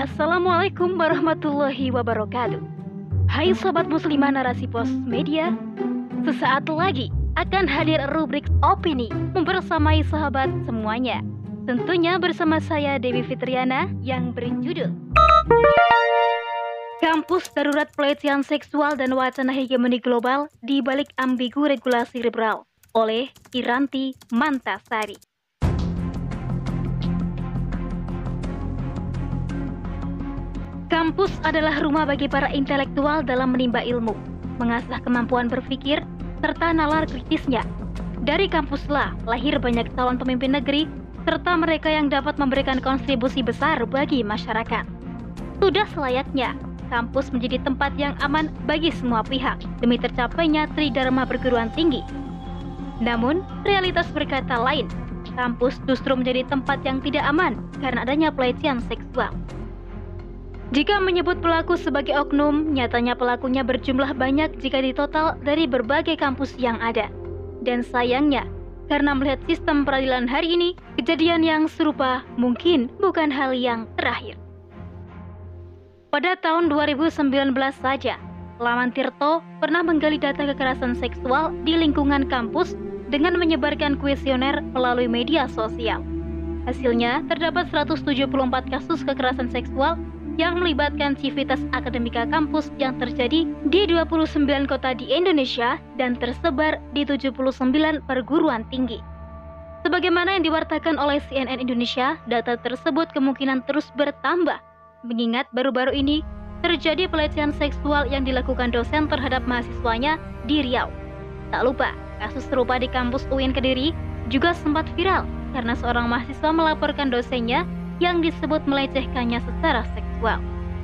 Assalamualaikum warahmatullahi wabarakatuh. Hai Sobat Muslimah Narasi Pos Media, sesaat lagi akan hadir rubrik opini membersamai sahabat semuanya. Tentunya bersama saya Dewi Fitriana yang berjudul Kampus Darurat Pelecehan Seksual dan Wacana Hegemoni Global di Balik Ambigu Regulasi Liberal oleh Iranti Mantasari. Kampus adalah rumah bagi para intelektual dalam menimba ilmu, mengasah kemampuan berpikir, serta nalar kritisnya. Dari kampuslah lahir banyak calon pemimpin negeri, serta mereka yang dapat memberikan kontribusi besar bagi masyarakat. Sudah selayaknya, kampus menjadi tempat yang aman bagi semua pihak, demi tercapainya tridharma perguruan tinggi. Namun, realitas berkata lain, kampus justru menjadi tempat yang tidak aman karena adanya pelecehan seksual. Jika menyebut pelaku sebagai oknum, nyatanya pelakunya berjumlah banyak jika ditotal dari berbagai kampus yang ada. Dan sayangnya, karena melihat sistem peradilan hari ini, kejadian yang serupa mungkin bukan hal yang terakhir. Pada tahun 2019 saja, Laman Tirto pernah menggali data kekerasan seksual di lingkungan kampus dengan menyebarkan kuesioner melalui media sosial. Hasilnya, terdapat 174 kasus kekerasan seksual yang melibatkan civitas akademika kampus yang terjadi di 29 kota di Indonesia dan tersebar di 79 perguruan tinggi. Sebagaimana yang diwartakan oleh CNN Indonesia, data tersebut kemungkinan terus bertambah, mengingat baru-baru ini terjadi pelecehan seksual yang dilakukan dosen terhadap mahasiswanya di Riau. Tak lupa, kasus serupa di kampus UIN Kediri juga sempat viral karena seorang mahasiswa melaporkan dosennya yang disebut melecehkannya secara seksual.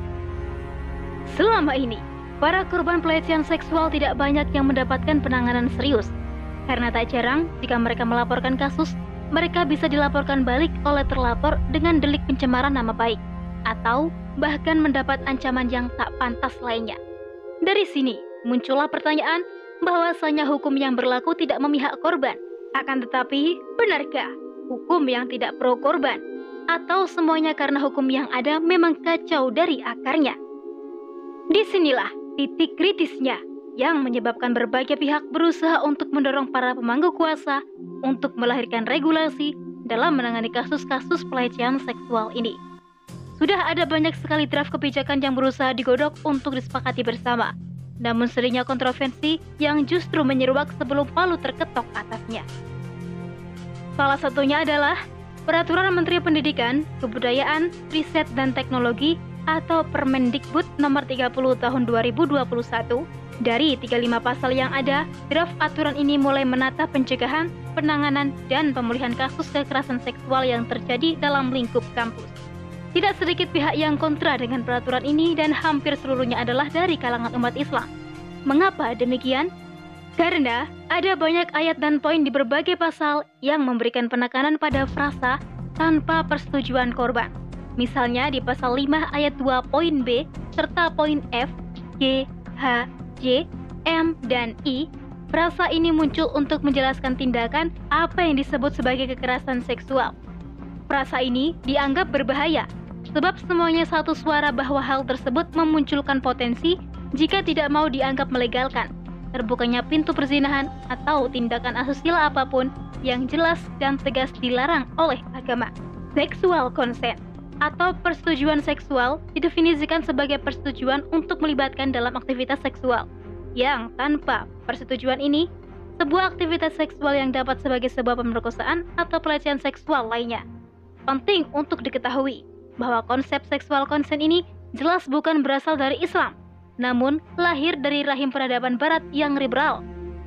Selama ini, para korban pelecehan seksual tidak banyak yang mendapatkan penanganan serius. Karena tak jarang, jika mereka melaporkan kasus, mereka bisa dilaporkan balik oleh terlapor dengan delik pencemaran nama baik, atau bahkan mendapat ancaman yang tak pantas lainnya. Dari sini, muncullah pertanyaan bahwasanya hukum yang berlaku tidak memihak korban. Akan tetapi, benarkah hukum yang tidak pro korban? Atau semuanya karena hukum yang ada memang kacau dari akarnya? Disinilah titik kritisnya yang menyebabkan berbagai pihak berusaha untuk mendorong para pemangku kuasa untuk melahirkan regulasi dalam menangani kasus-kasus pelecehan seksual ini. Sudah ada banyak sekali draft kebijakan yang berusaha digodok untuk disepakati bersama, namun seringnya kontroversi yang justru menyeruak sebelum palu terketok atasnya. Salah satunya adalah Peraturan Menteri Pendidikan, Kebudayaan, Riset dan Teknologi atau Permendikbud Nomor 30 Tahun 2021. Dari 35 pasal yang ada, draft aturan ini mulai menata pencegahan, penanganan, dan pemulihan kasus kekerasan seksual yang terjadi dalam lingkup kampus. Tidak sedikit pihak yang kontra dengan peraturan ini dan hampir seluruhnya adalah dari kalangan umat Islam. Mengapa demikian? Karena ada banyak ayat dan poin di berbagai pasal yang memberikan penekanan pada frasa tanpa persetujuan korban. Misalnya di pasal 5 ayat 2 poin B serta poin F, G, H, J, M, dan I, frasa ini muncul untuk menjelaskan tindakan apa yang disebut sebagai kekerasan seksual. Frasa ini dianggap berbahaya sebab semuanya satu suara bahwa hal tersebut memunculkan potensi jika tidak mau dianggap melegalkan terbukanya pintu perzinahan atau tindakan asusila apapun yang jelas dan tegas dilarang oleh agama. Sexual consent atau persetujuan seksual didefinisikan sebagai persetujuan untuk melibatkan dalam aktivitas seksual yang tanpa persetujuan ini, sebuah aktivitas seksual yang dapat sebagai sebuah pemerkosaan atau pelecehan seksual lainnya. Penting untuk diketahui bahwa konsep sexual consent ini jelas bukan berasal dari Islam, namun lahir dari rahim peradaban barat yang liberal.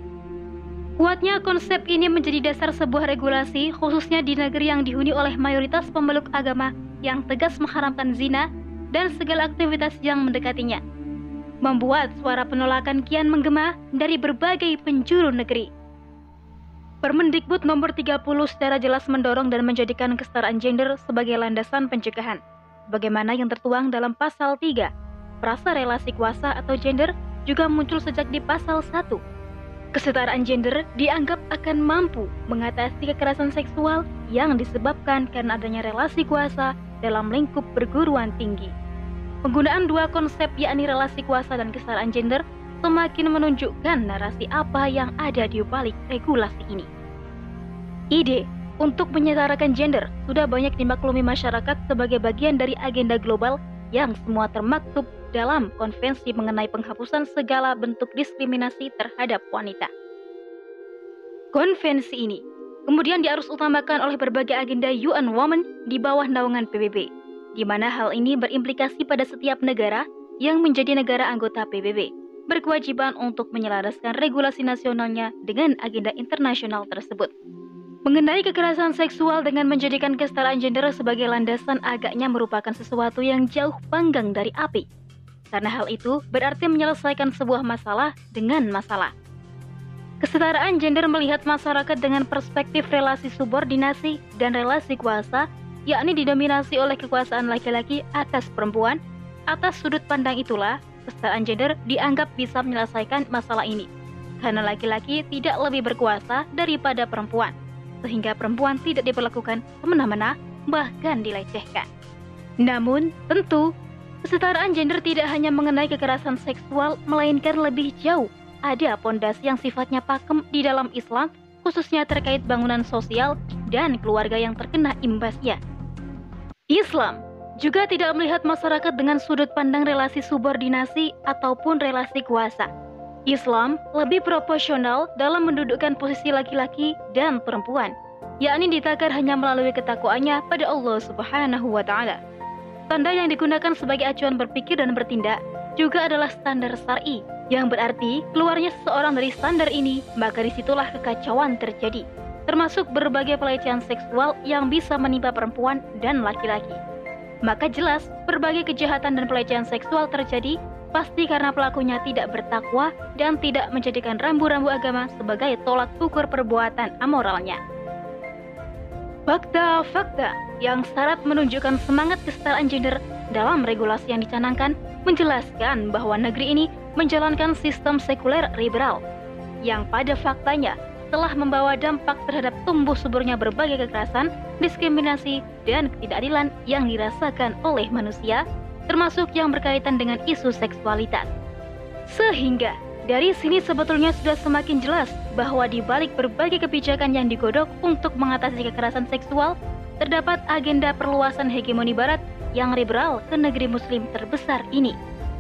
Kuatnya konsep ini menjadi dasar sebuah regulasi, khususnya di negeri yang dihuni oleh mayoritas pemeluk agama yang tegas mengharamkan zina dan segala aktivitas yang mendekatinya, membuat suara penolakan kian menggema dari berbagai penjuru negeri. Permendikbud Nomor 30 secara jelas mendorong dan menjadikan kesetaraan gender sebagai landasan pencegahan, bagaimana yang tertuang dalam pasal 3. Frasa relasi kuasa atau gender juga muncul sejak di pasal 1. Kesetaraan gender dianggap akan mampu mengatasi kekerasan seksual yang disebabkan karena adanya relasi kuasa dalam lingkup perguruan tinggi. Penggunaan dua konsep yakni relasi kuasa dan kesetaraan gender semakin menunjukkan narasi apa yang ada di balik regulasi ini. Ide untuk menyetarakan gender sudah banyak dimaklumi masyarakat sebagai bagian dari agenda global yang semua termaktub dalam konvensi mengenai penghapusan segala bentuk diskriminasi terhadap wanita. Konvensi ini kemudian diarus utamakan oleh berbagai agenda UN Women di bawah naungan PBB, di mana hal ini berimplikasi pada setiap negara yang menjadi negara anggota PBB, berkewajiban untuk menyelaraskan regulasi nasionalnya dengan agenda internasional tersebut. Mengenai kekerasan seksual dengan menjadikan kesetaraan gender sebagai landasan agaknya merupakan sesuatu yang jauh panggang dari api. Karena hal itu berarti menyelesaikan sebuah masalah dengan masalah. Kesetaraan gender melihat masyarakat dengan perspektif relasi subordinasi dan relasi kuasa, yakni didominasi oleh kekuasaan laki-laki atas perempuan. Atas sudut pandang itulah, kesetaraan gender dianggap bisa menyelesaikan masalah ini. Karena laki-laki tidak lebih berkuasa daripada perempuan, sehingga perempuan tidak diperlakukan semena-mena, bahkan dilecehkan. Namun, tentu, kesetaraan gender tidak hanya mengenai kekerasan seksual, melainkan lebih jauh. Ada pondasi yang sifatnya pakem di dalam Islam, khususnya terkait bangunan sosial dan keluarga yang terkena imbasnya. Islam juga tidak melihat masyarakat dengan sudut pandang relasi subordinasi ataupun relasi kuasa. Islam lebih proporsional dalam mendudukkan posisi laki-laki dan perempuan, yakni ditakar hanya melalui ketakwaannya pada Allah Subhanahu wa Ta'ala. Standar yang digunakan sebagai acuan berpikir dan bertindak juga adalah standar syar'i, yang berarti keluarnya seseorang dari standar ini, maka disitulah kekacauan terjadi, termasuk berbagai pelecehan seksual yang bisa menimpa perempuan dan laki-laki. Maka jelas, berbagai kejahatan dan pelecehan seksual terjadi pasti karena pelakunya tidak bertakwa dan tidak menjadikan rambu-rambu agama sebagai tolak ukur perbuatan amoralnya. Fakta-fakta yang syarat menunjukkan semangat kesetaraan gender dalam regulasi yang dicanangkan menjelaskan bahwa negeri ini menjalankan sistem sekuler liberal yang pada faktanya telah membawa dampak terhadap tumbuh suburnya berbagai kekerasan, diskriminasi, dan ketidakadilan yang dirasakan oleh manusia, termasuk yang berkaitan dengan isu seksualitas. Sehingga dari sini sebetulnya sudah semakin jelas bahwa di balik berbagai kebijakan yang digodok untuk mengatasi kekerasan seksual, terdapat agenda perluasan hegemoni Barat yang liberal ke negeri Muslim terbesar ini.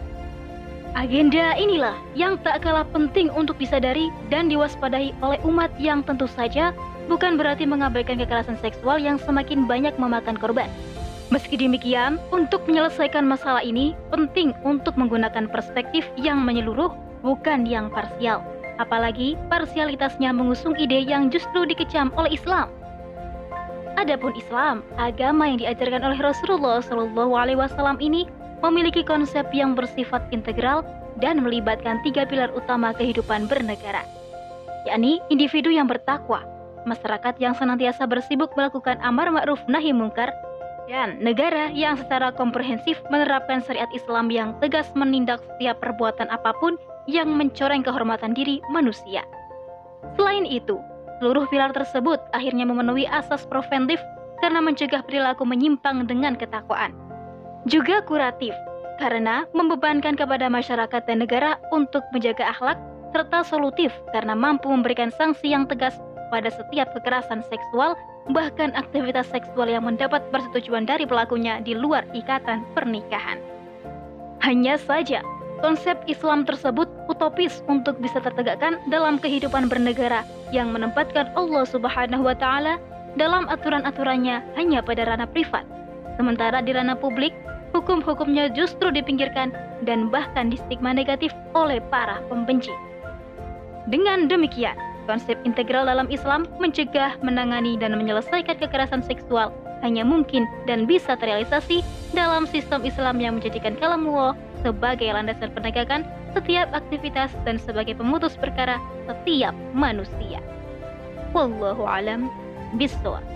Agenda inilah yang tak kalah penting untuk disadari dan diwaspadai oleh umat yang tentu saja bukan berarti mengabaikan kekerasan seksual yang semakin banyak memakan korban. Meski demikian, untuk menyelesaikan masalah ini penting untuk menggunakan perspektif yang menyeluruh, bukan yang parsial. Apalagi parsialitasnya mengusung ide yang justru dikecam oleh Islam. Adapun Islam, agama yang diajarkan oleh Rasulullah SAW ini memiliki konsep yang bersifat integral dan melibatkan 3 pilar utama kehidupan bernegara, yakni individu yang bertakwa, masyarakat yang senantiasa bersibuk melakukan amar ma'ruf nahi mungkar, dan negara yang secara komprehensif menerapkan syariat Islam yang tegas menindak setiap perbuatan apapun yang mencoreng kehormatan diri manusia. Selain itu, seluruh pilar tersebut akhirnya memenuhi asas preventif karena mencegah perilaku menyimpang dengan ketakwaan. Juga kuratif, karena membebankan kepada masyarakat dan negara untuk menjaga akhlak, serta solutif karena mampu memberikan sanksi yang tegas pada setiap kekerasan seksual, bahkan aktivitas seksual yang mendapat persetujuan dari pelakunya di luar ikatan pernikahan. Hanya saja, konsep Islam tersebut utopis untuk bisa tertegakkan dalam kehidupan bernegara yang menempatkan Allah Subhanahu wa Ta'ala dalam aturan-aturannya hanya pada ranah privat. Sementara di ranah publik, hukum-hukumnya justru dipinggirkan dan bahkan distigma negatif oleh para pembenci. Dengan demikian, konsep integral dalam Islam mencegah, menangani, dan menyelesaikan kekerasan seksual hanya mungkin dan bisa terrealisasi dalam sistem Islam yang menjadikan kalamullah sebagai landasan penegakan setiap aktivitas dan sebagai pemutus perkara setiap manusia. Wallahu a'lam bishawab.